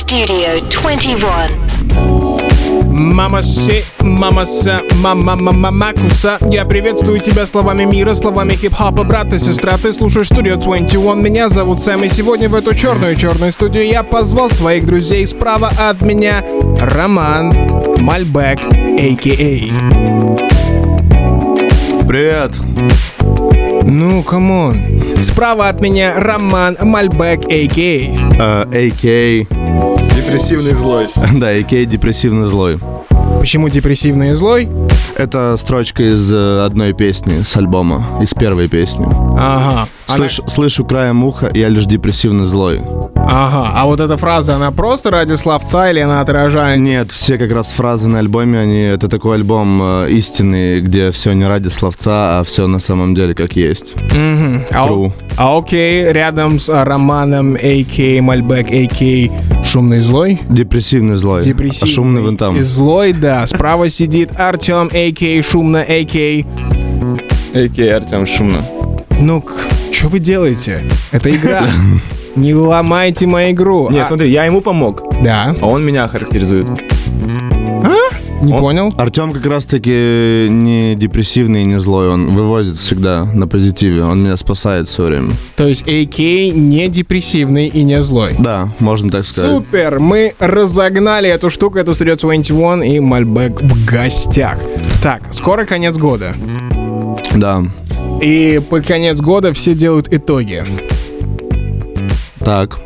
Studio 21. Мамаси, мамаса, мама-мама-макуса. Я приветствую тебя словами мира, словами хип-хопа, брат и сестра. Ты слушаешь Studio 21. Меня зовут Сэм, и сегодня в эту черную студию я позвал своих друзей. Справа от меня Роман Мальбек, a.k.a. Привет. Ну, камон. Справа от меня Роман Мальбек, a.k.a. A.K.A. Депрессивный злой. Да, A.K.A. депрессивный злой. Почему депрессивный и злой? Это строчка из одной песни с альбома, из первой песни. Ага. Слышу краем уха, я лишь депрессивный злой. Ага, а вот эта фраза, она просто ради словца или она отражает? Нет, все как раз фразы на альбоме, это такой альбом истинный, где все не ради словца, а все на самом деле как есть. True. Окей, рядом с Романом, a.k.a. Мальбек, a.k.a. Шумный злой? Депрессивный злой. Депрессивный а шумный вон там. И злой, да. Справа сидит Артем, a.k.a. Шумно, a.k.a. A.K.A. Артем Шумно. Ну, что вы делаете? Это игра. Не ломайте мою игру. Нет, смотри, я ему помог, Да. а он меня характеризует. Не понял? Артем как раз-таки не депрессивный и не злой, он вывозит всегда на позитиве, он меня спасает все время. То есть a.k.a. не депрессивный и не злой. Да, можно так сказать. Супер! Мы разогнали эту штуку, эту Studio 21 и Мальбек в гостях. Так, скоро конец года. Да. И под конец года все делают итоги. Так.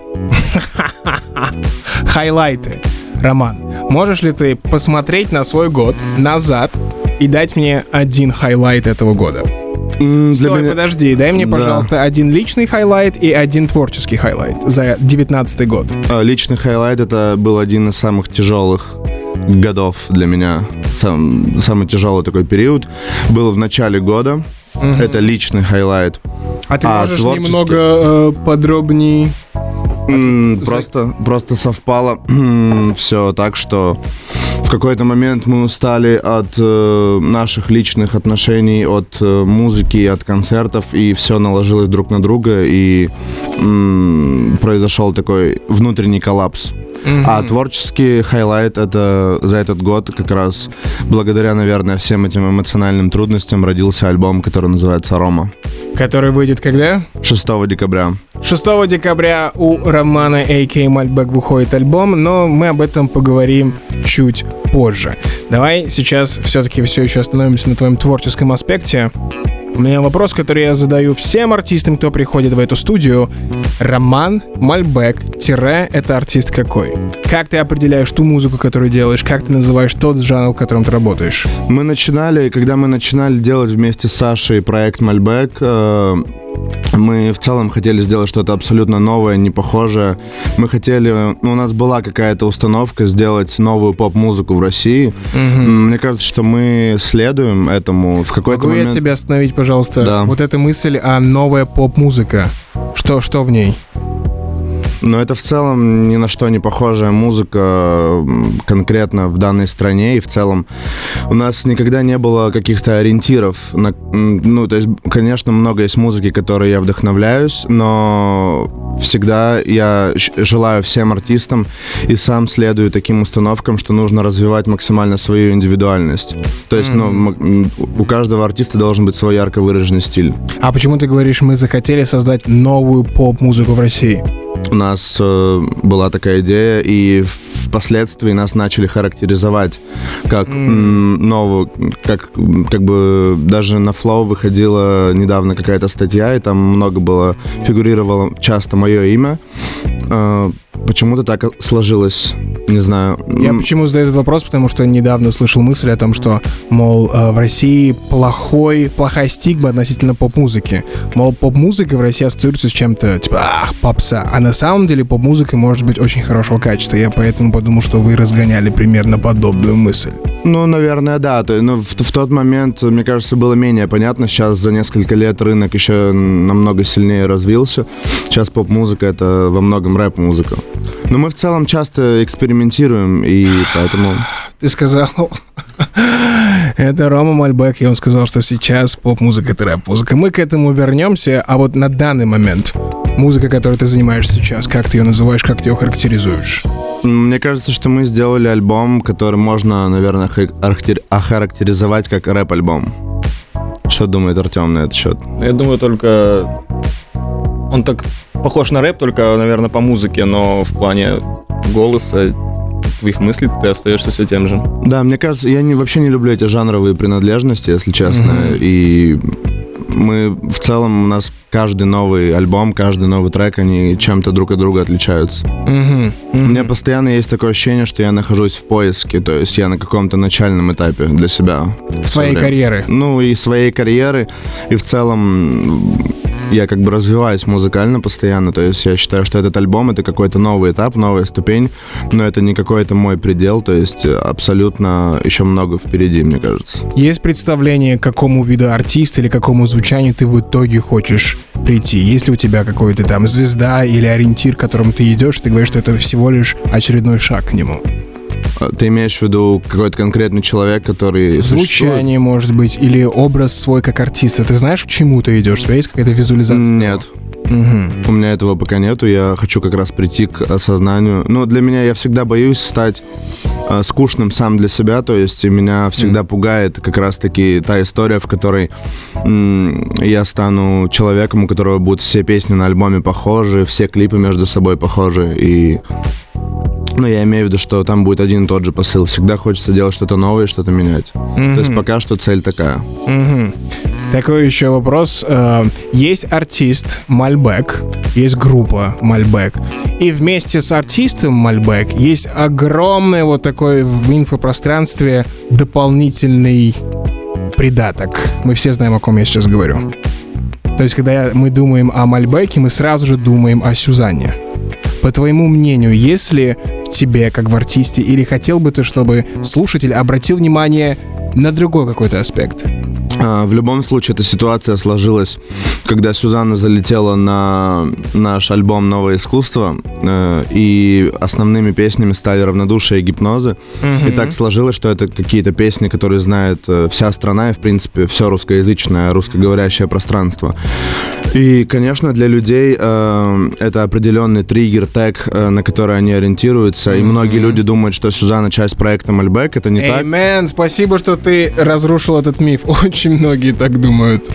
Хайлайты. Роман, можешь ли ты посмотреть на свой год назад и дать мне один хайлайт этого года? Стой, подожди, дай мне, пожалуйста, один личный хайлайт и один творческий хайлайт за 19-й год. Личный хайлайт — это был один из самых тяжелых годов для меня. Самый тяжелый такой период был в начале года. Это личный хайлайт. А ты можешь творческий? Немного подробнее? Просто совпало все так, что в какой-то момент мы устали от наших личных отношений, от музыки, от концертов, и все наложилось друг на друга, и произошел такой внутренний коллапс. А творческий хайлайт — это за этот год как раз благодаря, наверное, всем этим эмоциональным трудностям родился альбом, который называется «Рома». Который выйдет когда? 6 декабря. 6 декабря у Романа, a.k.a. Мальбек, выходит альбом, но мы об этом поговорим чуть позже. Давай сейчас все-таки все еще остановимся на твоем творческом аспекте. У меня вопрос, который я задаю всем артистам, кто приходит в эту студию. Роман Мальбек, это артист какой? Как ты определяешь ту музыку, которую делаешь? Как ты называешь тот жанр, в котором ты работаешь? Когда мы начинали делать вместе с Сашей проект Мальбек, мы в целом хотели сделать что-то абсолютно новое, не похожее. Мы хотели... у нас была какая-то установка сделать новую поп-музыку в России. Мне кажется, что мы следуем этому в какой-то момент. Могу я тебя остановить, пожалуйста? Да. Вот эта мысль о новая поп-музыка. Что в ней? Но это в целом ни на что не похожая музыка конкретно в данной стране. И в целом у нас никогда не было каких-то ориентиров. То есть, конечно, много есть музыки, которой я вдохновляюсь, но всегда я желаю всем артистам и сам следую таким установкам, что нужно развивать максимально свою индивидуальность. То есть, у каждого артиста должен быть свой ярко выраженный стиль. А почему ты говоришь, мы захотели создать новую поп-музыку в России? У нас была такая идея, и впоследствии нас начали характеризовать как новую, как бы даже на Flow выходила недавно какая-то статья, и там фигурировало часто мое имя. Почему-то так сложилось, не знаю. Я почему задаю этот вопрос, потому что недавно слышал мысль о том, что, мол, в России плохая стигма относительно поп-музыки. Мол, поп-музыка в России ассоциируется с чем-то типа попса, а на самом деле поп-музыка может быть очень хорошего качества. Я поэтому подумал, что вы разгоняли примерно подобную мысль. Наверное, да. В тот момент, мне кажется, было менее понятно. Сейчас за несколько лет рынок еще намного сильнее развился. Сейчас поп-музыка — это во многом рэп-музыка. Но мы в целом часто экспериментируем, и поэтому... Ты сказал... Это Рома Мальбек, и он сказал, что сейчас поп-музыка — это рэп-музыка. Мы к этому вернемся, а вот на данный момент музыка, которой ты занимаешься сейчас, как ты ее называешь, как ты ее характеризуешь? Мне кажется, что мы сделали альбом, который можно, наверное, охарактеризовать как рэп-альбом. Что думает Артем на этот счет? Я думаю, только он так похож на рэп, только, наверное, по музыке, но в плане голоса, твоих мыслей ты остаешься все тем же. Да, мне кажется, я вообще не люблю эти жанровые принадлежности, если честно. И мы в целом, у нас каждый новый альбом, каждый новый трек, они чем-то друг от друга отличаются. У меня постоянно есть такое ощущение, что я нахожусь в поиске, то есть я на каком-то начальном этапе для себя. Своей карьеры. Ну, и своей карьеры, и в целом я как бы развиваюсь музыкально постоянно, то есть я считаю, что этот альбом — это какой-то новый этап, новая ступень, но это не какой-то мой предел, то есть абсолютно еще много впереди, мне кажется. Есть представление, к какому виду артиста или к какому звучанию ты в итоге хочешь прийти? Есть ли у тебя какой-то там звезда или ориентир, к которому ты идешь, ты говоришь, что это всего лишь очередной шаг к нему? Ты имеешь в виду какой-то конкретный человек, который Звучание, может быть, или образ свой как артиста. Ты знаешь, к чему ты идешь? У тебя есть какая-то визуализация? Нет. У меня этого пока нету. Я хочу как раз прийти к осознанию. Но для меня я всегда боюсь стать скучным сам для себя. То есть меня всегда пугает как раз-таки та история, в которой я стану человеком, у которого будут все песни на альбоме похожи, все клипы между собой похожи. И я имею в виду, что там будет один и тот же посыл. Всегда хочется делать что-то новое, что-то менять. То есть пока что цель такая. Такой еще вопрос. Есть артист Мальбек, есть группа Мальбек, и вместе с артистом Мальбек есть огромный вот такой в инфопространстве дополнительный придаток. Мы все знаем, о ком я сейчас говорю. То есть, когда мы думаем о Мальбеке, мы сразу же думаем о Сюзанне. По твоему мнению, есть ли в тебе, как в артисте, или хотел бы ты, чтобы слушатель обратил внимание на другой какой-то аспект? В любом случае, эта ситуация сложилась, когда Сюзанна залетела на наш альбом «Новое искусство», и основными песнями стали «Равнодушие» и «Гипнозы». И так сложилось, что это какие-то песни, которые знает вся страна и, в принципе, все русскоязычное, русскоговорящее пространство. И, конечно, для людей это определенный триггер, тег, на который они ориентируются. И многие люди думают, что Сюзанна часть проекта Мальбек. Это не так. Мэн, спасибо, что ты разрушил этот миф. Очень многие так думают.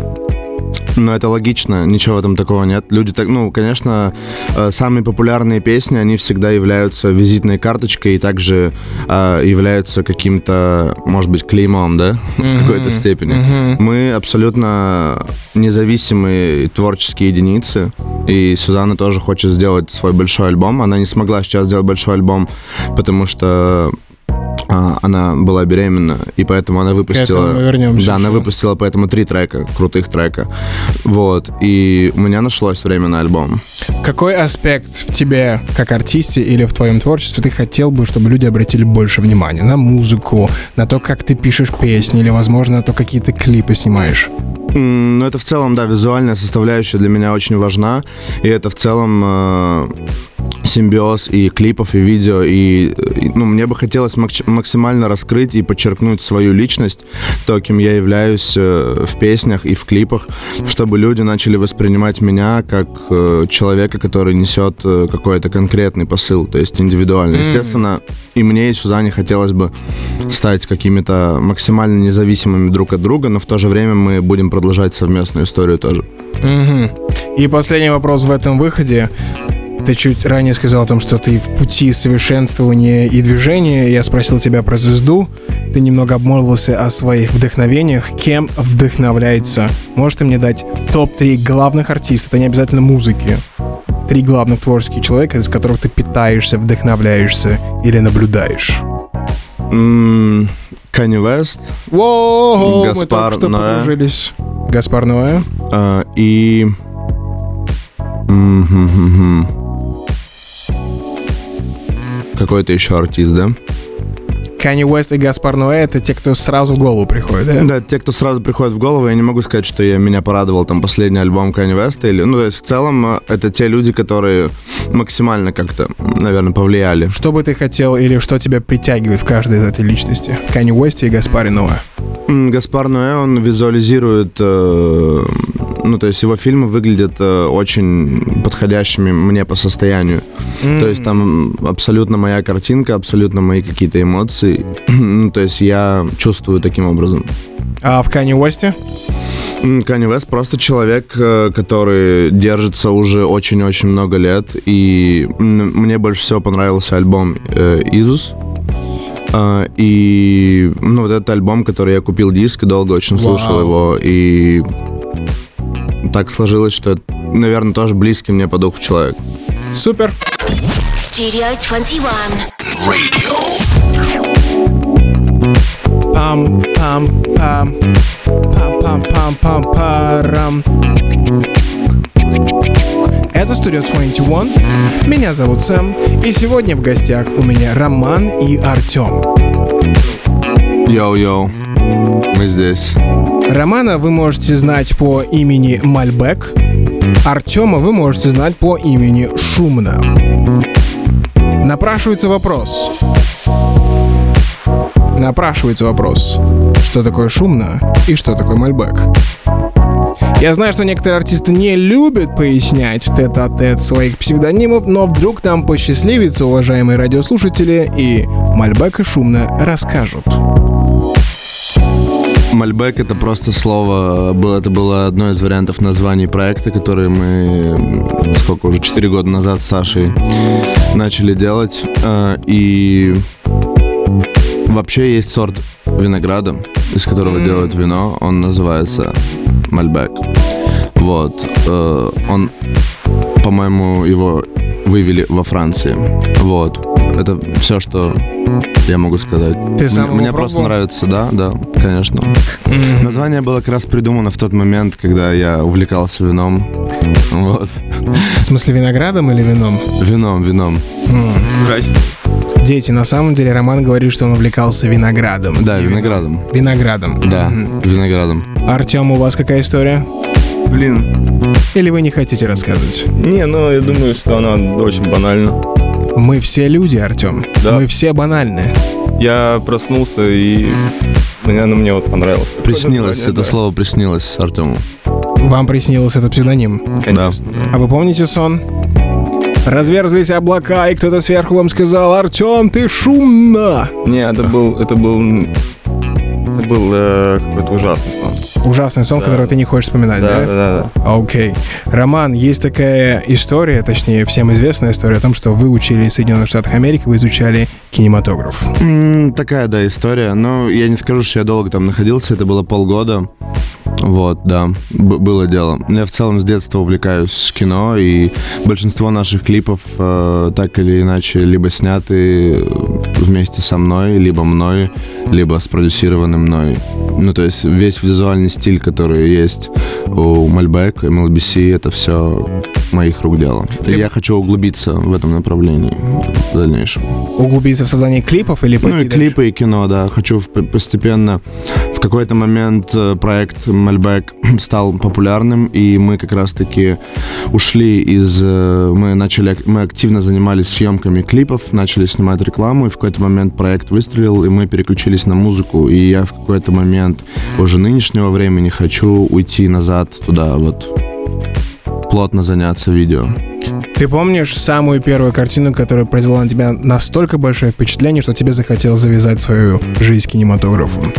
Но это логично, ничего в этом такого нет. Люди так, конечно, самые популярные песни, они всегда являются визитной карточкой и также являются каким-то, может быть, клеймом, да, в какой-то степени. Мы абсолютно независимые творческие единицы, и Сюзанна тоже хочет сделать свой большой альбом. Она не смогла сейчас сделать большой альбом, потому что она была беременна, и поэтому она выпустила... она выпустила поэтому 3 трека, крутых трека. Вот. И у меня нашлось время на альбом. Какой аспект в тебе, как артисте или в твоем творчестве, ты хотел бы, чтобы люди обратили больше внимания? На музыку, на то, как ты пишешь песни, или, возможно, на то, какие ты клипы снимаешь? Это в целом, да, визуальная составляющая для меня очень важна. И это в целом симбиоз и клипов, и видео. И мне бы хотелось максимально раскрыть и подчеркнуть свою личность, то, кем я являюсь в песнях и в клипах, чтобы люди начали воспринимать меня как человека, который несет какой-то конкретный посыл, то есть индивидуальный. Естественно, и мне, и Сюзанне хотелось бы стать какими-то максимально независимыми друг от друга, но в то же время мы будем продолжать совместную историю тоже. И последний вопрос в этом выходе. Ты чуть ранее сказал о том, что ты в пути совершенствования и движения. Я спросил тебя про звезду. Ты немного обмолвился о своих вдохновениях. Кем вдохновляется? Можешь ты мне дать топ-3 главных артистов? Это не обязательно музыки. 3 главных творческих человека, из которых ты питаешься, вдохновляешься или наблюдаешь. Канье Уэст. Воу, Гаспар мы только что Ноэ. подружились. Гаспар Ноэ. И... какой-то еще артист, да? Канье Уэст и Гаспар Ноэ — это те, кто сразу в голову приходит, да? Да, те, кто сразу приходит в голову. Я не могу сказать, что меня порадовал там последний альбом Канье Уэста. То есть в целом это те люди, которые максимально как-то, наверное, повлияли. Что бы ты хотел или что тебя притягивает в каждой из этой личности? Канье Уэсте и Гаспаре Ноэ. Гаспар Ноэ, он визуализирует Ну, то есть его фильмы выглядят очень подходящими мне по состоянию. То есть там абсолютно моя картинка, абсолютно мои какие-то эмоции. Ну, то есть я чувствую таким образом. А в Канье Уэсте? Канье Уэст просто человек, который держится уже очень-очень много лет. И мне больше всего понравился альбом «Изус». И, ну, вот этот альбом, который я купил диск, долго очень слушал его, и так сложилось, что это, наверное, тоже близкий мне по духу человек. Супер! Studio 21. Пам-пам-пам. Пам-пам-пам-пам-парам. Это Studio 21. Меня зовут Сэм. И сегодня в гостях у меня Роман и Артем. Йоу-йоу, мы здесь. Романа вы можете знать по имени Мальбек. Артема вы можете знать по имени Шумно. Напрашивается вопрос, что такое Шумно и что такое Мальбек. Я знаю, что некоторые артисты не любят пояснять тет-а-тет своих псевдонимов, но вдруг нам посчастливится, уважаемые радиослушатели, и Мальбек и Шумно расскажут. Мальбек — это просто слово, это было одно из вариантов названий проекта, который мы, уже 4 года назад с Сашей начали делать. И вообще есть сорт винограда, из которого делают вино, он называется Мальбек. Вот. Он, по-моему, его вывели во Франции. Вот. Это все, что я могу сказать. Мне просто нравится, да, конечно. Название было как раз придумано в тот момент, когда я увлекался вином. Вот. В смысле, виноградом или вином? Вином. Дети, на самом деле Роман говорит, что он увлекался виноградом. Да, виноградом. Виноградом. Да, виноградом. Артем, у вас какая история? Блин. Или вы не хотите рассказывать? Не, ну я думаю, что она очень банальна. Мы все люди, Артем. Да. Мы все банальны. Я проснулся, и мне вот понравилось. Приснилось, это слово приснилось Артему. Вам приснился этот псевдоним? Конечно. А вы помните сон? Разверзлись облака, и кто-то сверху вам сказал: «Артем, ты шумно!» Не, это был какой-то ужасный сон. Ужасный сон, который ты не хочешь вспоминать, да? Да. Окей. Роман, есть такая история, точнее, всем известная история о том, что вы учили в Соединенных Штатах Америки, вы изучали кинематограф. Такая, да, история. Но я не скажу, что я долго там находился, это было полгода. Вот, да, было дело. Я в целом с детства увлекаюсь кино, и большинство наших клипов так или иначе либо сняты вместе со мной, либо спродюсированы мной. Ну, то есть весь визуальный стиль, который есть у Мальбек, MLBC, это все моих рук дело. И я хочу углубиться в этом направлении в дальнейшем. Углубиться в создание клипов или пойти и клипы, и кино, да. Хочу постепенно. В какой-то момент проект Мальбек стал популярным, и мы как раз-таки ушли из... Мы активно занимались съемками клипов, начали снимать рекламу, и в какой-то момент проект выстрелил, и мы переключились на музыку, и я в какой-то момент уже нынешнего времени хочу уйти назад туда, вот, плотно заняться видео. Ты помнишь самую первую картину, которая произвела на тебя настолько большое впечатление, что тебе захотелось завязать свою жизнь кинематографом?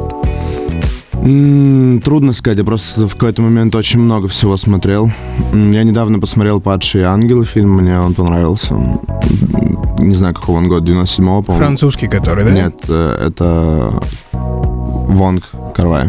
Трудно сказать, я просто в какой-то момент очень много всего смотрел. Я недавно посмотрел «Падшие ангелы» фильм, мне он понравился. Не знаю, какого он год, 97-го, по-моему. Французский который, да? Нет, это Вонг Кар-вай.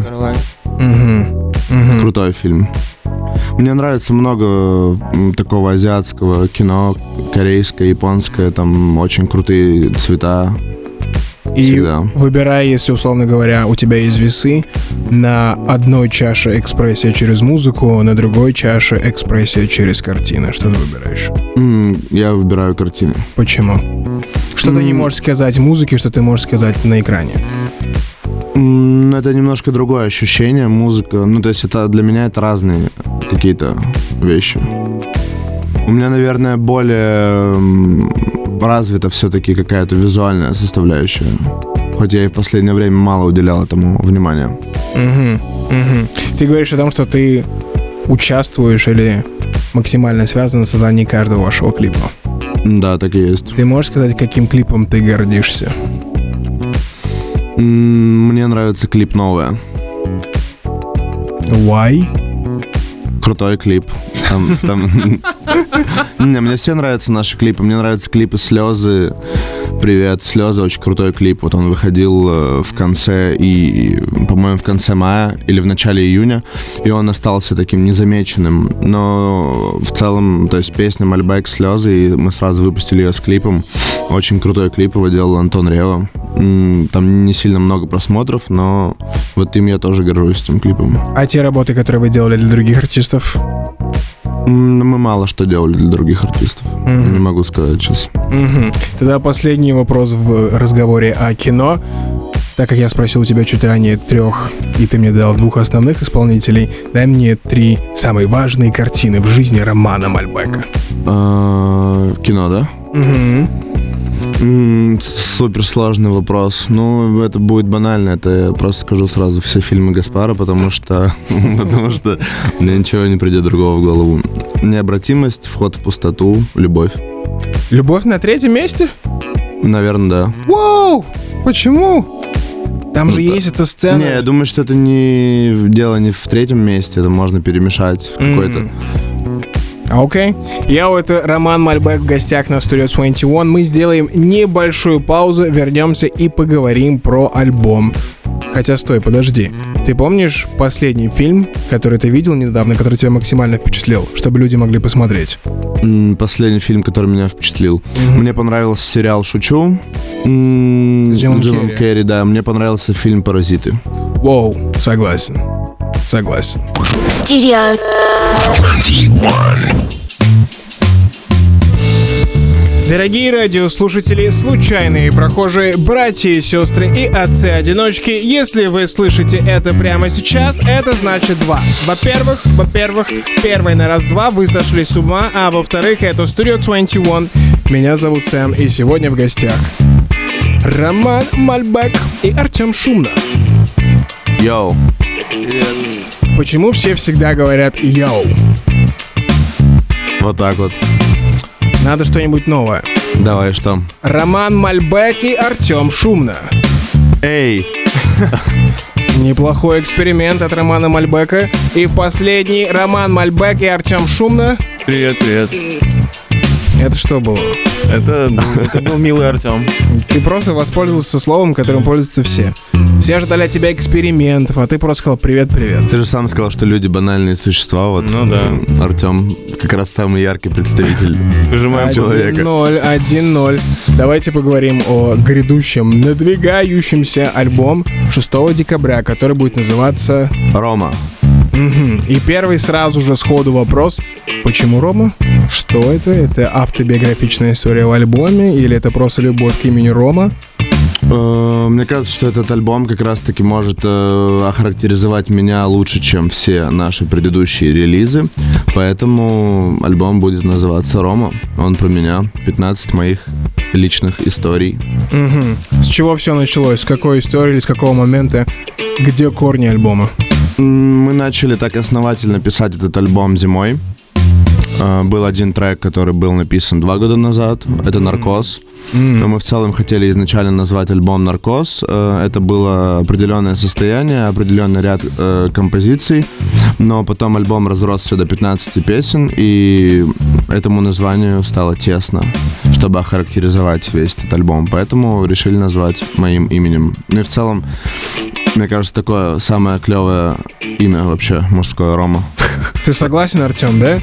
Крутой фильм. Мне нравится много такого азиатского кино, корейское, японское, там очень крутые цвета. И всегда. Выбирая, если, условно говоря, у тебя есть весы, на одной чаше экспрессия через музыку, на другой чаше экспрессия через картины. Что ты выбираешь? Я выбираю картины. Почему? Что ты не можешь сказать в музыке, что ты можешь сказать на экране? Это немножко другое ощущение, музыка. Ну, то есть это для меня это разные какие-то вещи. У меня, наверное, более развита все-таки какая-то визуальная составляющая. Хоть я и в последнее время мало уделял этому внимания. Ты говоришь о том, что ты участвуешь или максимально связан с созданием каждого вашего клипа. Да, так и есть. Ты можешь сказать, каким клипом ты гордишься? Мне нравится клип «Новое». Why? Крутой клип. Не, мне все нравятся наши клипы. Мне нравятся клипы «Слезы». Привет, «Слезы» очень крутой клип. Вот он выходил в конце, по-моему, в конце мая или в начале июня, и он остался таким незамеченным. Но в целом, то есть песня «Мальбэк», «Слезы», и мы сразу выпустили ее с клипом. Очень крутой клип его делал Антон Рева. Там не сильно много просмотров, но вот им я тоже горжусь этим клипом. А те работы, которые вы делали для других артистов? Мы мало что делали для других артистов. Не могу сказать сейчас. Тогда последний вопрос в разговоре о кино. Так как я спросил у тебя чуть ранее 3, и ты мне дал 2 основных исполнителей, дай мне 3 самые важные картины в жизни Романа Мальбэка. Кино, да? Суперсложный вопрос. Ну, это будет банально. Это я просто скажу сразу все фильмы Гаспара, потому что мне ничего не придет другого в голову. Необратимость, Вход в пустоту, Любовь. Любовь на 3-м месте? Наверное, да. Вау! Почему? Там же есть эта сцена. Не, я думаю, что это дело не в 3-м месте. Это можно перемешать в какой-то... Окей. Это Роман Мальбэк в гостях на Studio 21. Мы сделаем небольшую паузу, вернемся и поговорим про альбом. Хотя, стой, подожди. Ты помнишь последний фильм, который ты видел недавно, который тебя максимально впечатлил, чтобы люди могли посмотреть? Последний фильм, который меня впечатлил. Мне понравился сериал «Шучу» с Джимом Керри, да. Мне понравился фильм «Паразиты». Воу, согласен. Studio 21. Дорогие радиослушатели, случайные прохожие, братья и сестры и отцы-одиночки, если вы слышите это прямо сейчас, это значит 2. Во-первых, первый на раз-два вы сошли с ума, а во-вторых, это Studio 21. Меня зовут Сэм, и сегодня в гостях Роман Мальбэк и Артем Шумна. Йоу. Почему все всегда говорят «йоу»? Вот так вот. Надо что-нибудь новое. Давай, что? Роман Мальбэк и Артем Шумна. Эй! Неплохой эксперимент от Романа Мальбэка. И последний Роман Мальбэк и Артем Шумна. Привет. Это что было? Это был милый Артем. Ты просто воспользовался словом, которым пользуются все. Все ожидали от тебя экспериментов, а ты просто сказал «привет». Ты же сам сказал, что люди банальные существа. Вот. Ну да. Артем как раз самый яркий представитель человека. 1-0. Давайте поговорим о грядущем, надвигающемся альбом 6 декабря, который будет называться Рома. И первый сразу же сходу вопрос: почему Рома? Что это? Это автобиографичная история в альбоме или это просто любовь к имени Рома? Мне кажется, что этот альбом как раз-таки может охарактеризовать меня лучше, чем все наши предыдущие релизы. Поэтому альбом будет называться «Рома». Он про меня. 15 моих личных историй. С чего все началось? С какой истории или с какого момента? Где корни альбома? Мы начали так основательно писать этот альбом зимой. Был один трек, который был написан 2 года назад. Это «Наркоз». Но мы в целом хотели изначально назвать альбом «Наркоз». Это было определенное состояние, определенный ряд композиций. Но потом альбом разросся до 15 песен, и этому названию стало тесно, чтобы охарактеризовать весь этот альбом. Поэтому решили назвать моим именем. Ну и в целом, мне кажется, такое самое клевое имя вообще, мужское, Рома. Ты согласен, Артем, да?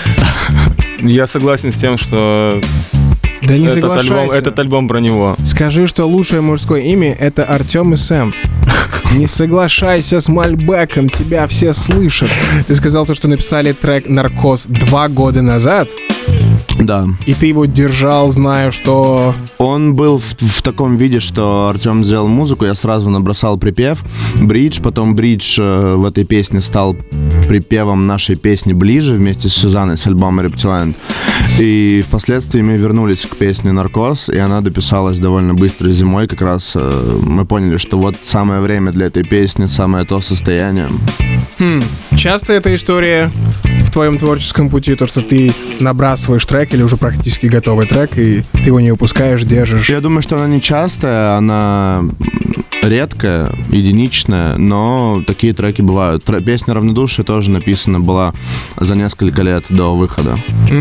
Я согласен с тем, что Да не соглашайся. этот альбом про него. Скажи, что лучшее мужское имя — это Артем и Сэм. Не соглашайся с Мальбэком, тебя все слышат. Ты сказал то, что написали трек «Наркоз» 2 года назад. Да. И ты его держал, зная, что... Он был в таком виде, что Артем сделал музыку, я сразу набросал припев, бридж, потом бридж в этой песне стал припевом нашей песни «Ближе» вместе с Сюзанной с альбома «Рептиланд». И впоследствии мы вернулись к песне «Наркоз», и она дописалась довольно быстро зимой. Как раз мы поняли, что вот самое время для этой песни, самое то состояние. Часто эта история в твоем творческом пути, то, что ты набрасываешь трек или уже практически готовый трек, и ты его не выпускаешь, держишь? Я думаю, что она не частая, она редкая, единичная, но такие треки бывают. Песня «Равнодушие» тоже написана была за несколько лет до выхода.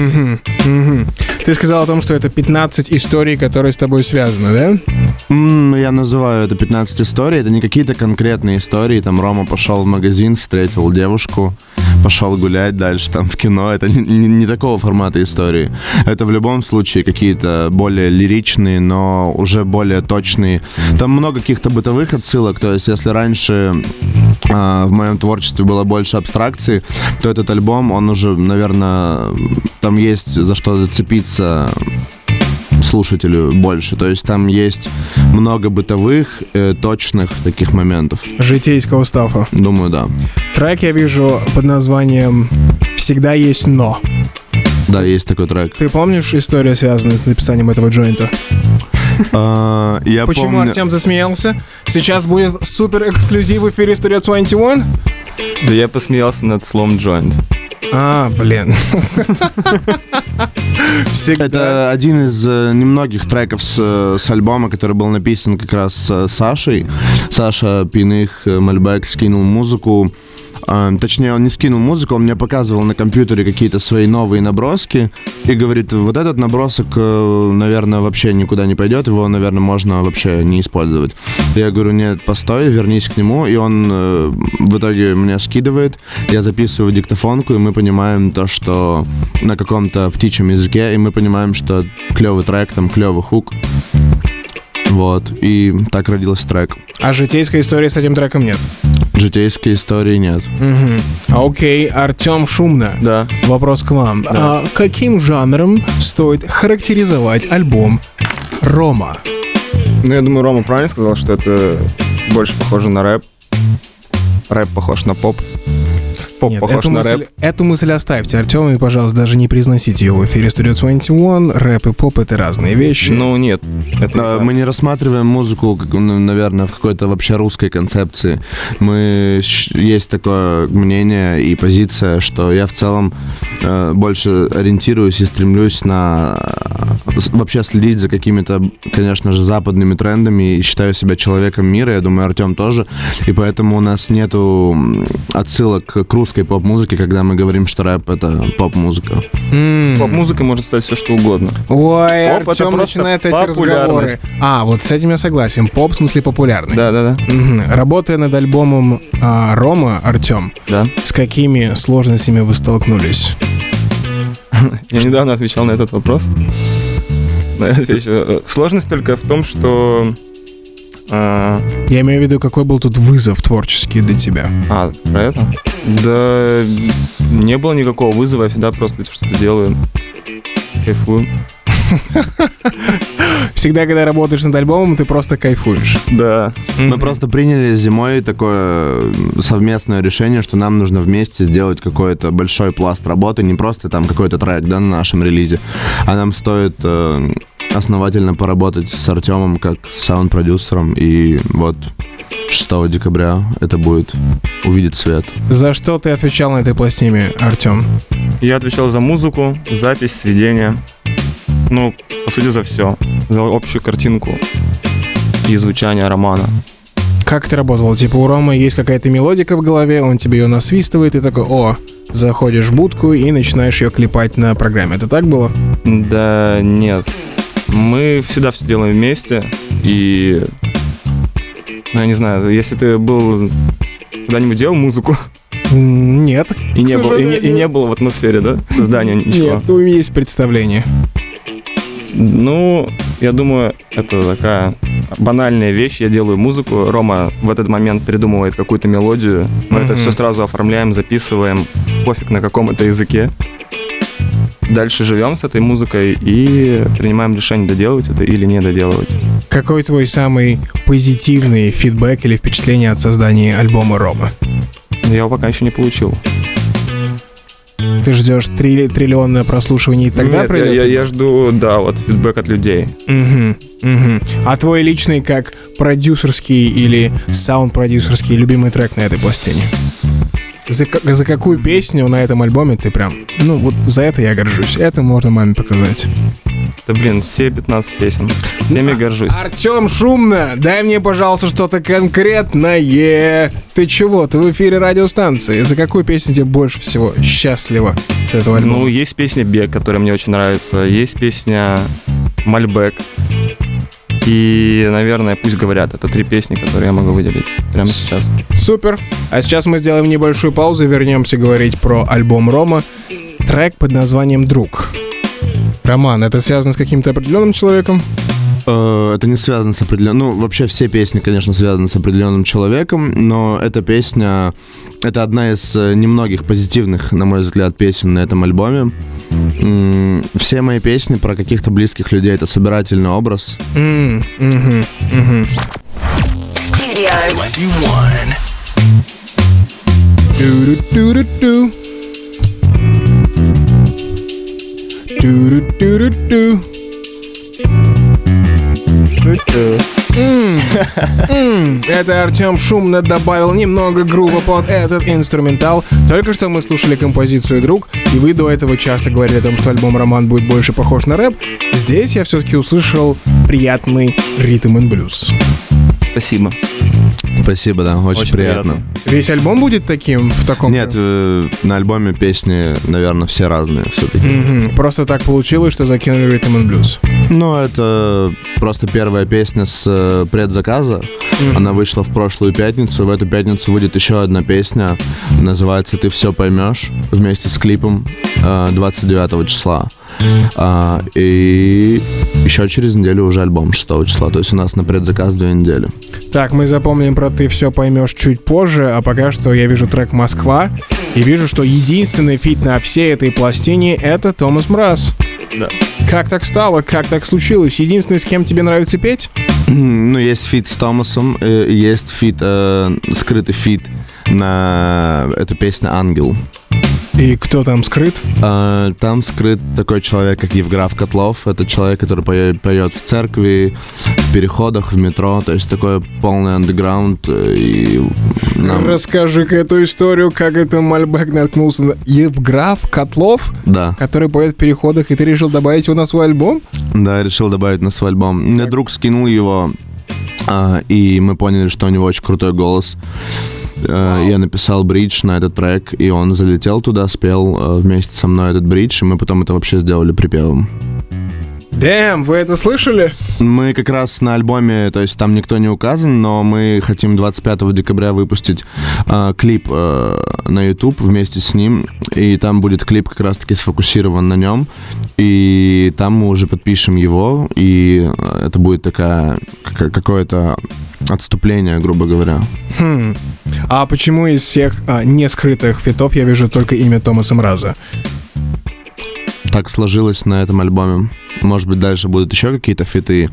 Ты сказал о том, что это 15 историй, которые с тобой связаны, да? Я называю это 15 историй. Это не какие-то конкретные истории. Там Рома пошел в магазин, встретил девушку, пошел гулять дальше, там в кино. Это не такого формата истории. Это в любом случае какие-то более лиричные, но уже более точные. Там много каких-то бытовых отсылок. То есть, если раньше в моем творчестве было больше абстракции, то этот альбом, он уже, наверное, там есть за что зацепиться слушателю больше. То есть там есть много бытовых, точных таких моментов. Житейского стафа. Думаю, да. Трек я вижу под названием «Всегда есть но». Да, есть такой трек. Ты помнишь историю, связанную с написанием этого джойнта? Почему помню... Артем засмеялся? Сейчас будет супер эксклюзив в эфире Studio 21. Да я посмеялся над словом joint. Блин. Всегда. Это один из немногих треков с альбома, который был написан как раз с Сашей. Саша Пиных Мальбек скинул музыку. Точнее, он не скинул музыку, он мне показывал на компьютере какие-то свои новые наброски и говорит, вот этот набросок, наверное, вообще никуда не пойдет, его, наверное, можно вообще не использовать. Я говорю, нет, постой, вернись к нему, и он в итоге мне скидывает, я записываю диктофонку, и мы понимаем то, что на каком-то птичьем языке, и мы понимаем, что клевый трек, там клевый хук. Вот, и так родился трек. А житейской истории с этим треком нет? Житейской истории нет. Окей, Артем Шумно. Да. Вопрос к вам. Да. Каким жанром стоит характеризовать альбом «Рома»? Я думаю, Рома правильно сказал, что это больше похоже на рэп. Рэп похож на поп. Поп Нет, похож на рэп. эту мысль оставьте, Артем, и, пожалуйста, даже не произносите ее в эфире Studio 21. Рэп и поп — это разные вещи. Ну, нет. Это Мы не рассматриваем музыку, наверное, в какой-то вообще русской концепции. Есть такое мнение и позиция, что я в целом больше ориентируюсь и стремлюсь на вообще следить за какими-то, конечно же, западными трендами и считаю себя человеком мира. Я думаю, Артем тоже. И поэтому у нас нету отсылок к русской поп-музыке, когда мы говорим, что рэп — это поп-музыка. Поп-музыкой может стать все, что угодно. Ой, Поп — это Артем просто начинает эти популярность. разговоры. Вот с этим я согласен. Поп в смысле популярный. Да. Работая над альбомом «Рома», Артем, Да. с какими сложностями вы столкнулись? Я недавно отвечал на этот вопрос. Сложность только в том, что... Я имею в виду, какой был тут вызов творческий для тебя? Про это? Да не было никакого вызова, я всегда просто что-то делаю. Кайфую. Всегда, когда работаешь над альбомом, ты просто кайфуешь. Да. Мы просто приняли зимой такое совместное решение, что нам нужно вместе сделать какой-то большой пласт работы, не просто там какой-то трек, да, на нашем релизе, а нам стоит основательно поработать с Артемом как саунд-продюсером, и вот 6 декабря это будет увидеть свет. За что ты отвечал на этой пластине, Артем? Я отвечал за музыку, запись, сведение. Ну, по сути, за все. За общую картинку и звучание романа. Как ты работал? Типа у Ромы есть какая-то мелодика в голове, он тебе ее насвистывает, и такой, заходишь в будку и начинаешь ее клепать на программе. Это так было? Да нет. Мы всегда все делаем вместе, и... я не знаю, если ты был... когда-нибудь делал музыку? Нет. И не было в атмосфере, да? Создания ничего? Нет, есть представление. Ну, я думаю, это такая банальная вещь. Я делаю музыку, Рома в этот момент придумывает какую-то мелодию. Мы это все сразу оформляем, записываем, пофиг на каком это языке. Дальше живем с этой музыкой и принимаем решение, доделывать это или не доделывать. Какой твой самый позитивный фидбэк или впечатление от создания альбома «Рома»? Я его пока еще не получил. Ты ждешь триллионное прослушивание и тогда Нет, придет? я жду, да, вот фидбэк от людей. А твой личный, как продюсерский или саунд-продюсерский любимый трек на этой пластине? за какую песню на этом альбоме ты прям... Ну, вот за это я горжусь. Это можно маме показать. Да блин, все 15 песен. Всеми горжусь. Артем Шумно, дай мне, пожалуйста, что-то конкретное. Ты чего? Ты в эфире радиостанции. За какую песню тебе больше всего счастливо с этого альбома? Ну, есть песня «Бег», которая мне очень нравится. Есть песня «Мальбек». И, наверное, «Пусть говорят». Это 3 песни, которые я могу выделить прямо сейчас. Супер. А сейчас мы сделаем небольшую паузу и вернемся говорить про альбом Рома. Трек под названием «Друг». Роман, это связано с каким-то определенным человеком? Это не связано с определенным... Ну, вообще все песни, конечно, связаны с определенным человеком, но эта песня... Это одна из немногих позитивных, на мой взгляд, песен на этом альбоме. Все мои песни про каких-то близких людей — это собирательный образ. Studio 21. Ду-ду-ду-ду-ду. Это Артем Шумно добавил немного грува под этот инструментал. Только что мы слушали композицию «Друг», и вы до этого часто говорили о том, что альбом «Роман» будет больше похож на рэп. Здесь я все-таки услышал приятный ритм и блюз. Спасибо. Спасибо, да, очень приятно. Весь альбом будет таким, в таком? Нет, на альбоме песни, наверное, все разные все-таки. Просто так получилось, что закинули ритм и блюз. Ну, это просто первая песня с предзаказа. Она вышла в прошлую пятницу. В эту пятницу выйдет еще одна песня. Называется «Ты все поймешь» вместе с клипом 29 числа. И еще через неделю уже альбом 6 числа. То есть у нас на предзаказ 2 недели. Так, мы запомним про «Ты все поймешь» чуть позже. А пока что я вижу трек «Москва». И вижу, что единственный фит на всей этой пластине — это Томас Мраз. Да. Как так стало? Как так случилось? Единственный, с кем тебе нравится петь? Ну, есть фит с Томасом, есть фит, скрытый фит на эту песню «Ангел». И кто там скрыт? Там скрыт такой человек, как Евграф Котлов. Это человек, который поет в церкви, в переходах, в метро. То есть такой полный андеграунд. Расскажи-ка эту историю, как это Мальбек наткнулся на Евграф Котлов, да, который поет в переходах, и ты решил добавить его на свой альбом? Да, решил добавить на свой альбом. Мне друг скинул его, и мы поняли, что у него очень крутой голос. Я написал бридж на этот трек, и он залетел туда, спел вместе со мной этот бридж, и мы потом это вообще сделали припевом. Дэм, вы это слышали? Мы как раз на альбоме, то есть там никто не указан, но мы хотим 25 декабря выпустить клип на YouTube вместе с ним, и там будет клип как раз-таки сфокусирован на нем, и там мы уже подпишем его, и это будет такая какое-то отступление, грубо говоря. А почему из всех не скрытых фитов я вижу только имя Томаса Мраза? Так сложилось на этом альбоме. Может быть, дальше будут еще какие-то фиты.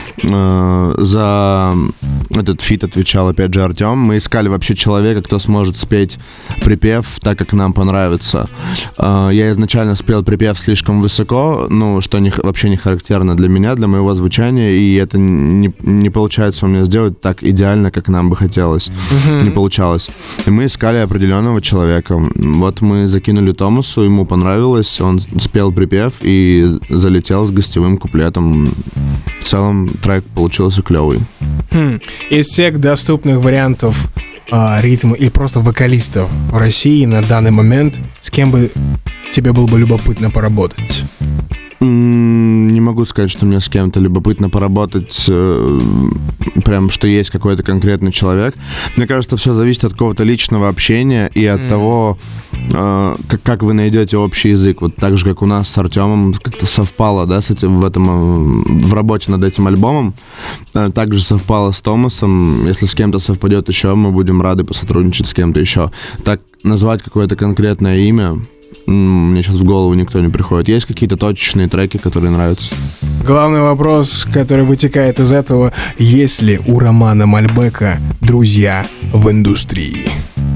За этот фит отвечал, опять же, Артем. Мы искали вообще человека, кто сможет спеть припев так, как нам понравится. Я изначально спел припев слишком высоко, ну, что вообще не характерно для меня, для моего звучания, и это не получается у меня сделать так идеально, как нам бы хотелось. Не получалось. И мы искали определенного человека. Вот мы закинули Томасу, ему понравилось, он спел припев и залетел с гостевым куплетом. В целом трек получился клевый. Из всех доступных вариантов ритма и просто вокалистов в России на данный момент, с кем бы тебе было бы любопытно поработать? Не могу сказать, что мне с кем-то любопытно поработать, прям что есть какой-то конкретный человек. Мне кажется, все зависит от какого-то личного общения и от того, как вы найдете общий язык. Вот так же, как у нас с Артемом как-то совпало, да, с этим в работе над этим альбомом. Также совпало с Томасом. Если с кем-то совпадет еще, мы будем рады посотрудничать с кем-то еще. Так назвать какое-то конкретное имя мне сейчас в голову никто не приходит. Есть какие-то точечные треки, которые нравятся? Главный вопрос, который вытекает из этого: есть ли у Романа Мальбека друзья в индустрии?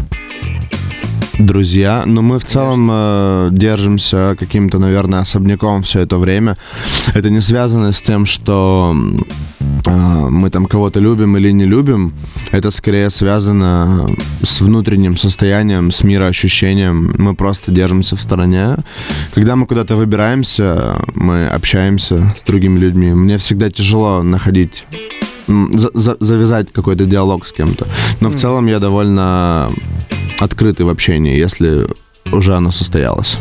Друзья, но мы в целом держимся каким-то, наверное, особняком все это время. Это не связано с тем, что мы там кого-то любим или не любим, это скорее связано с внутренним состоянием, с мироощущением. Мы просто держимся в стороне. Когда мы куда-то выбираемся, мы общаемся с другими людьми. Мне всегда тяжело находить, завязать какой-то диалог с кем-то. Но в целом я довольно открытый в общении, если уже оно состоялось.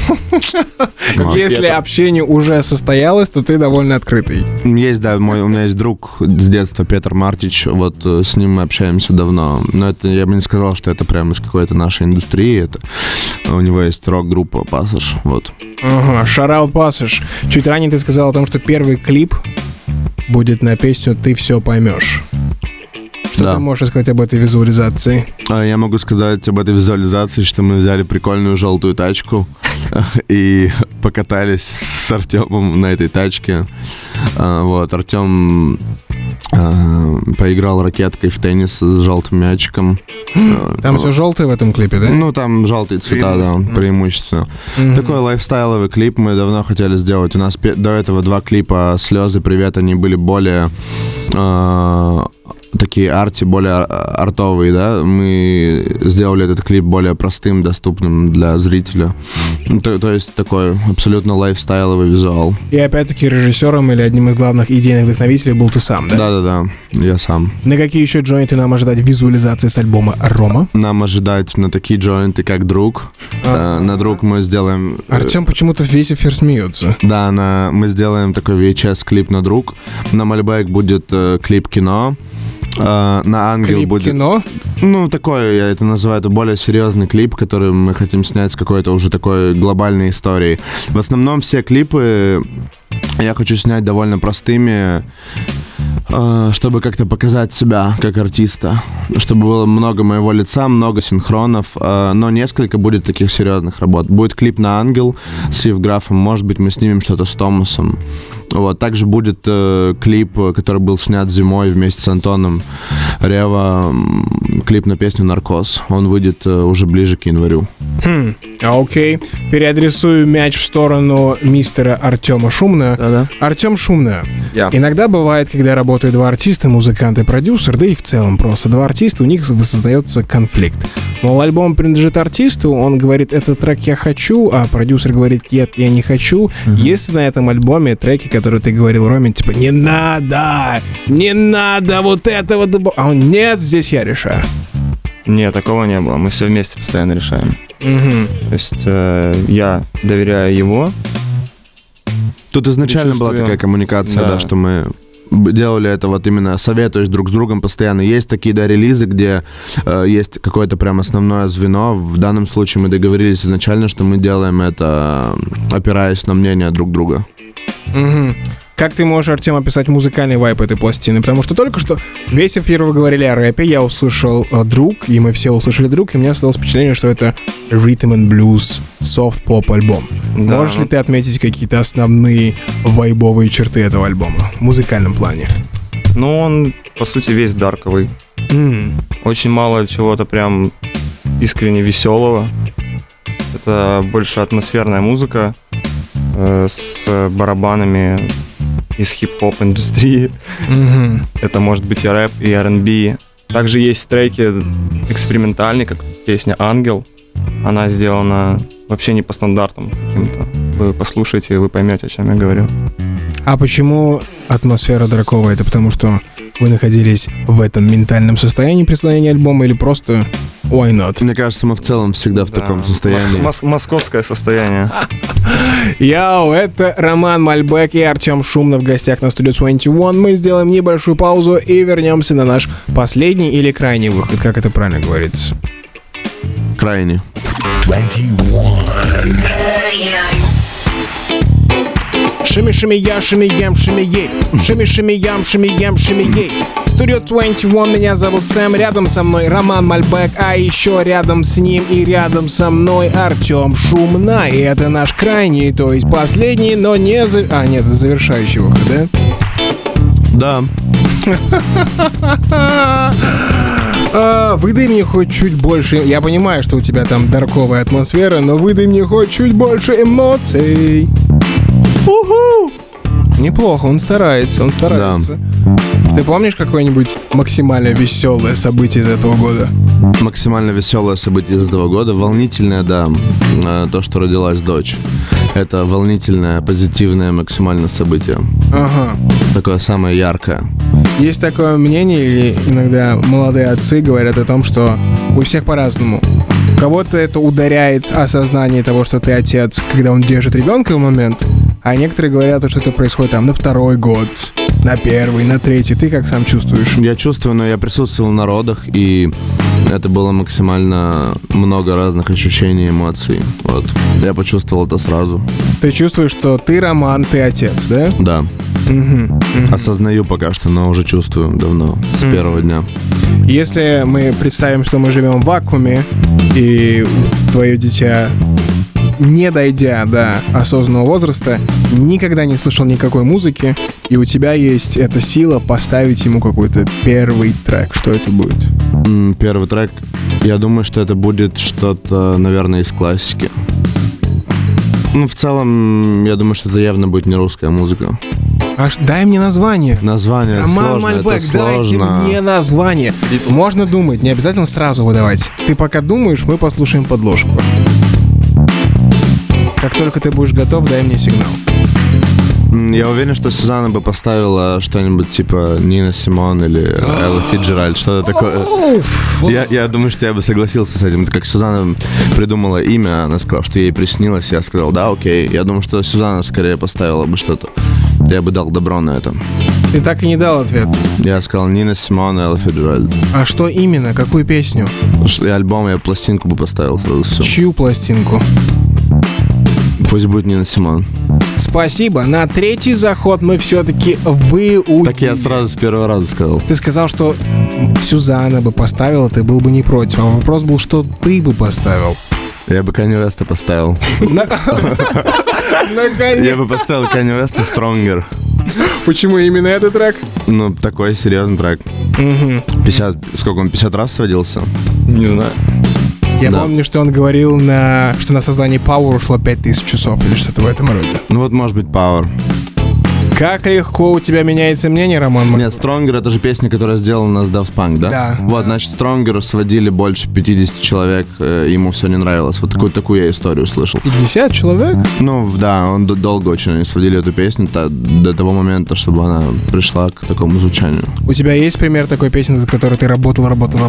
Если общение уже состоялось, то ты довольно открытый. Есть, да, у меня есть друг с детства, Петр Мартич, вот с ним мы общаемся давно, но это, я бы не сказал, что это прямо из какой-то нашей индустрии, это у него есть рок-группа «Пассаж», вот. Ага, «Шараут Пассаж». Чуть ранее ты сказал о том, что первый клип будет на песню «Ты все поймешь». Что ты можешь сказать об этой визуализации? Я могу сказать об этой визуализации, что мы взяли прикольную желтую тачку и покатались с Артемом на этой тачке. Вот, Артем поиграл ракеткой в теннис с желтым мячиком. Там все желтое в этом клипе, да? Ну, там желтые цвета, да, преимущественно. Такой лайфстайловый клип мы давно хотели сделать. У нас до этого 2 клипа «Слезы, привет», они были более такие арти, более артовые, да. Мы сделали этот клип более простым, доступным для зрителя. То есть такой абсолютно лайфстайловый визуал. И опять-таки режиссером или одним из главных идейных вдохновителей был ты сам, да? Да-да-да, я сам. На какие еще джойнты нам ожидать визуализации с альбома «Рома»? Нам ожидать на такие джойнты, как «Друг». На «Друг» мы сделаем... Артем почему-то весь эфир смеется. Да, мы сделаем такой VHS-клип на «Друг». На «Мальбэк» будет клип «Кино». На «Ангел» клип будет... кино? Ну, такой, я это называю, это более серьезный клип, который мы хотим снять с какой-то уже такой глобальной историей. В основном все клипы я хочу снять довольно простыми, чтобы как-то показать себя как артиста, чтобы было много моего лица, много синхронов, но несколько будет таких серьезных работ. Будет клип на «Ангел» с Евграфом, может быть, мы снимем что-то с Томасом. Вот. Также будет клип, который был снят зимой вместе с Антоном Рева, клип на песню «Наркоз». Он выйдет уже ближе к январю. Окей. Переадресую мяч в сторону мистера Артема Шумна. Да-да. Артем Шумна. Я. Иногда бывает, когда работают 2 артиста, музыкант и продюсер, да и в целом просто 2 артиста, у них создается конфликт. Мол, альбом принадлежит артисту, он говорит, этот трек я хочу, а продюсер говорит, нет, я не хочу. Если на этом альбоме треки, которые ты говорил, Роме, типа, не надо вот этого, а он, нет, здесь я решаю. Нет, такого не было, мы все вместе постоянно решаем. То есть я доверяю его. Тут изначально была такая коммуникация, да, что мы делали это вот именно советуясь друг с другом постоянно. Есть такие, да, релизы, где есть какое-то прям основное звено. В данном случае мы договорились изначально, что мы делаем это, опираясь на мнение друг друга. Как ты можешь, Артем, описать музыкальный вайб этой пластины? Потому что только что весь эфир вы говорили о рэпе, я услышал «Друг», и мы все услышали «Друг», и у меня осталось впечатление, что это rhythm and blues, soft-pop альбом. Да, Можешь ли ты отметить какие-то основные вайбовые черты этого альбома в музыкальном плане? Ну, он, по сути, весь дарковый. Очень мало чего-то прям искренне веселого. Это больше атмосферная музыка с барабанами из хип-хоп индустрии. Это может быть и рэп, и R&B. Также есть треки экспериментальные, как песня «Ангел». Она сделана вообще не по стандартам каким-то. Вы послушайте, и вы поймете, о чем я говорю. А почему атмосфера дарковая? Это потому что вы находились в этом ментальном состоянии при создании альбома или просто why not? Мне кажется, мы в целом всегда в таком состоянии. Московское состояние. Йоу, это Роман Мальбэк и Артем Шумна в гостях на Studio 21. Мы сделаем небольшую паузу и вернемся на наш последний или крайний выход. Как это правильно говорится? Крайний. 21. Шими-шими-я, шими-ем, шими-ей. Шими-шими-ям, шими-ем, шими-ей. Studio 21, меня зовут Сэм, рядом со мной Роман Мальбэк, а еще рядом с ним и рядом со мной Артем Шумна. И это наш крайний, то есть последний, но не... нет, это завершающий выход, да? Да. Выдай мне хоть чуть больше... Я понимаю, что у тебя там дарковая атмосфера, но выдай мне хоть чуть больше эмоций. Уху! Неплохо, он старается. Да. Ты помнишь какое-нибудь максимально веселое событие из этого года? Максимально веселое событие из этого года. Волнительное, да. То, что родилась дочь. Это волнительное, позитивное максимально событие. Ага. Такое самое яркое. Есть такое мнение, или иногда молодые отцы говорят о том, что у всех по-разному. У кого-то это ударяет осознание того, что ты отец, когда он держит ребенка в момент, а некоторые говорят, что это происходит там на 2-й год, на 1-й, на 3-й. Ты как сам чувствуешь? Я чувствую, но я присутствовал на родах, и это было максимально много разных ощущений, эмоций. Вот. Я почувствовал это сразу. Ты чувствуешь, что ты, Роман, ты отец, да? Да. Осознаю пока что, но уже чувствую давно, с первого дня. Если мы представим, что мы живем в вакууме, и твое дитя, не дойдя до осознанного возраста, никогда не слышал никакой музыки, и у тебя есть эта сила поставить ему какой-то первый трек. Что это будет? Первый трек, я думаю, что это будет что-то, наверное, из классики. Ну, в целом, я думаю, что это явно будет не русская музыка. Аж дай мне название. Название Роман сложно, Мальбэк, это дайте сложно. мне название. Можно думать, не обязательно сразу выдавать. Ты пока думаешь, мы послушаем подложку. Как только ты будешь готов, дай мне сигнал. Я уверен, что Сюзанна бы поставила что-нибудь типа Нина Симон или Элла Фиджеральд, что-то такое. Я думаю, что я бы согласился с этим. Это как Сюзанна придумала имя, она сказала, что ей приснилось, я сказал, да, окей. Я думаю, что Сюзанна скорее поставила бы что-то. Я бы дал добро на это. Ты так и не дал ответ. Я сказал Нина Симон и Элла Фиджеральд. А что именно? Какую песню? Альбом, я пластинку бы поставил сразу все. Чью пластинку? Пусть будет Нина Симон. Спасибо. На 3-й заход мы все-таки выудили. Так я сразу с первого раза сказал. Ты сказал, что Сюзанна бы поставила, ты был бы не против. А вопрос был, что ты бы поставил. Я бы Канье Уэста поставил. Наконец. Я бы поставил Канье Уэста Stronger. Почему именно этот трек? Ну, такой серьезный трек. 50, сколько он, 50 раз сводился? Не знаю. Я Да. помню, что он говорил, что на создание Power ушло 5000 часов или что-то в этом роде. Ну вот, может быть, Power. Как легко у тебя меняется мнение, Роман? Нет, Stronger — это же песня, которая сделана с Daft Punk, да? Да. Вот, значит, Stronger сводили больше 50 человек, ему все не нравилось. Вот такую я историю слышал. 50 человек? Ну, да, он долго очень они сводили эту песню до того момента, чтобы она пришла к такому звучанию. У тебя есть пример такой песни, над которой ты работал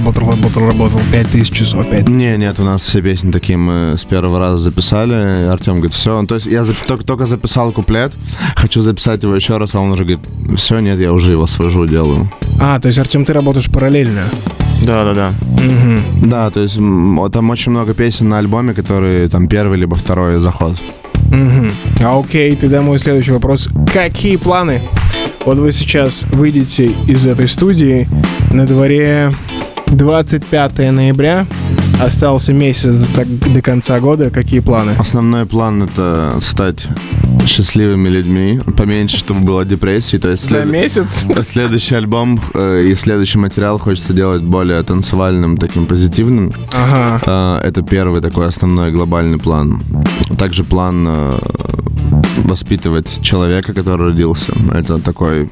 5000 часов? 5? Нет, у нас все песни такие мы с первого раза записали. Артем говорит, все. То есть я только записал куплет, хочу записать его еще раз, а он уже говорит, все, нет, я уже его свожу, делаю. А, то есть, Артем, ты работаешь параллельно? Да. Да, то есть там очень много песен на альбоме, которые там первый либо второй заход. А окей, тогда мой следующий вопрос. Какие планы? Вот вы сейчас выйдете из этой студии, на дворе 25 ноября, остался месяц до конца года. Какие планы? Основной план — это стать счастливыми людьми, поменьше, чтобы было депрессии. То есть За месяц? следующий альбом и следующий материал хочется делать более танцевальным, таким позитивным. Ага. Это первый такой основной глобальный план. Также план воспитывать человека, который родился. Это такой...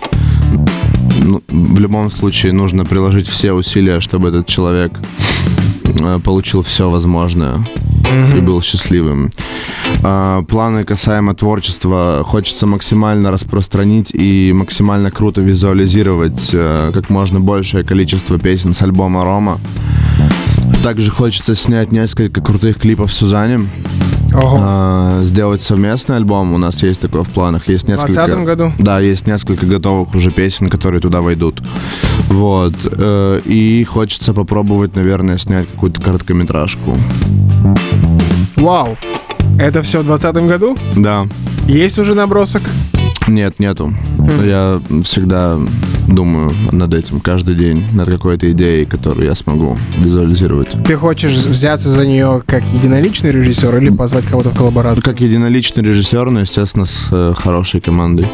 Ну, в любом случае нужно приложить все усилия, чтобы этот человек получил все возможное и был счастливым. Планы касаемо творчества хочется максимально распространить и максимально круто визуализировать как можно большее количество песен с альбома «Рома». Также хочется снять несколько крутых клипов с Сюзанне. Ого. Сделать совместный альбом. У нас есть такое в планах. Есть несколько... В 2020 году? Да, есть несколько готовых уже песен, которые туда войдут. Вот. И хочется попробовать, наверное, снять какую-то короткометражку. Вау. Это все в 2020 году? Да. Есть уже набросок? Нет, нету. Я всегда думаю над этим каждый день, над какой-то идеей, которую я смогу визуализировать. Ты хочешь взяться за нее как единоличный режиссер или позвать кого-то в коллаборацию? Как единоличный режиссер, но, естественно, с хорошей командой.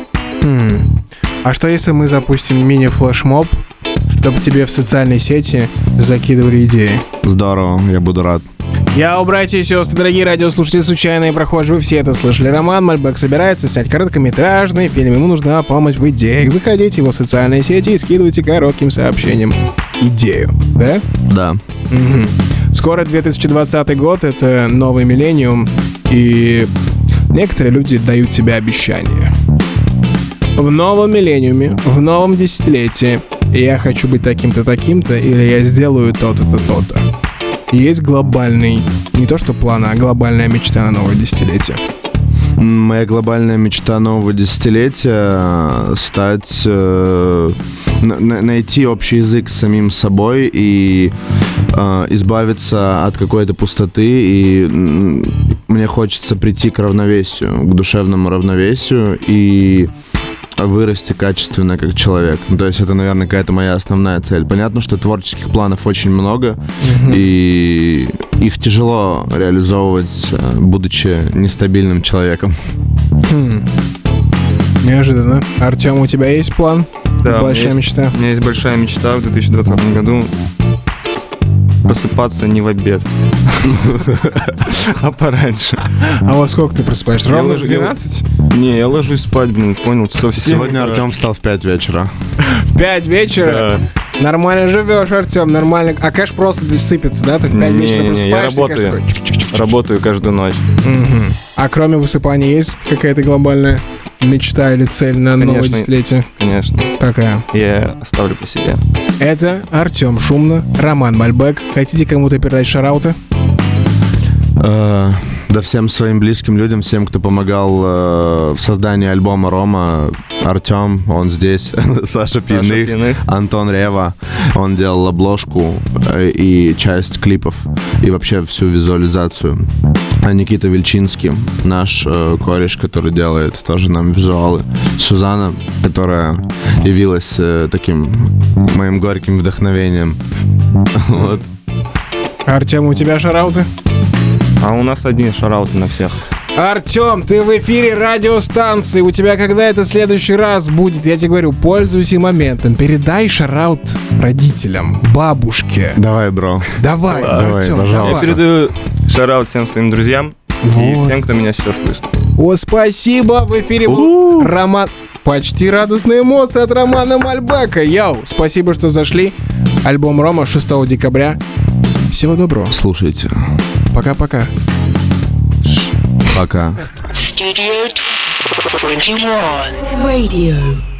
А что если мы запустим мини-флешмоб, чтобы тебе в социальной сети закидывали идеи? Здорово, я буду рад. Я, братья и сестры, дорогие радиослушатели, случайные прохожие, вы все это слышали. Роман Мальбэк собирается снять короткометражный фильм. Ему нужна помощь в идеях. Заходите в его социальные сети и скидывайте коротким сообщением идею. Да? Да. Угу. Скоро 2020 год, это новый миллениум, и некоторые люди дают себе обещания. В новом миллениуме, в новом десятилетии я хочу быть таким-то, таким-то, или я сделаю то-то, то-то. Есть глобальный, не то что план, а глобальная мечта на новое десятилетие. Моя глобальная мечта нового десятилетия — стать... найти общий язык с самим собой и избавиться от какой-то пустоты. И мне хочется прийти к равновесию, к душевному равновесию и вырасти качественно как человек. То есть это, наверное, какая-то моя основная цель. Понятно, что творческих планов очень много, и их тяжело реализовывать, будучи нестабильным человеком. Неожиданно. Артем, у тебя есть план? Да, большая мечта? У меня есть большая мечта в 2020 году просыпаться не в обед, а пораньше. А во сколько ты просыпаешься? Я Ровно в 12? Не, я ложусь спать, понял, часов 7. Сегодня Артем встал в 5 вечера. В 5 вечера? Да. Нормально живешь, Артем, нормально. А кэш просто здесь сыпется, да? Ты в 5 вечера просыпаешься, я и кэш такой чик-чик-чик-чик. работаю каждую ночь. Мгм. А кроме высыпания есть какая-то глобальная мечта или цель на новое Конечно. десятилетие? Конечно. Какая? Я оставлю по себе. Это Артем Шумно, Роман Мальбэк. Хотите кому-то передать шарауты? Да всем своим близким людям, всем, кто помогал в создании альбома Рома. Артем, он здесь, Саша Пьяных, Антон Рева, он делал обложку и часть клипов, и вообще всю визуализацию. А Никита Вельчинский, наш кореш, который делает тоже нам визуалы. Сюзанна, которая явилась таким моим горьким вдохновением. Вот. Артем, у тебя шарауты? А у нас одни шарауты на всех. Артем, ты в эфире радиостанции. У тебя когда это в следующий раз будет? Я тебе говорю, пользуйся моментом. Передай шараут родителям, бабушке. Давай, бро. Давай, Давай, Артем, пожалуйста. Я передаю шараут всем своим друзьям и Вот. всем, кто меня сейчас слышит. О, спасибо, в эфире был Роман. Почти радостные эмоции от Романа Мальбэка. Йоу, спасибо, что зашли. Альбом Рома 6 декабря. Всего доброго. Слушайте. Пока-пока. Пока. Studio 21. Radio.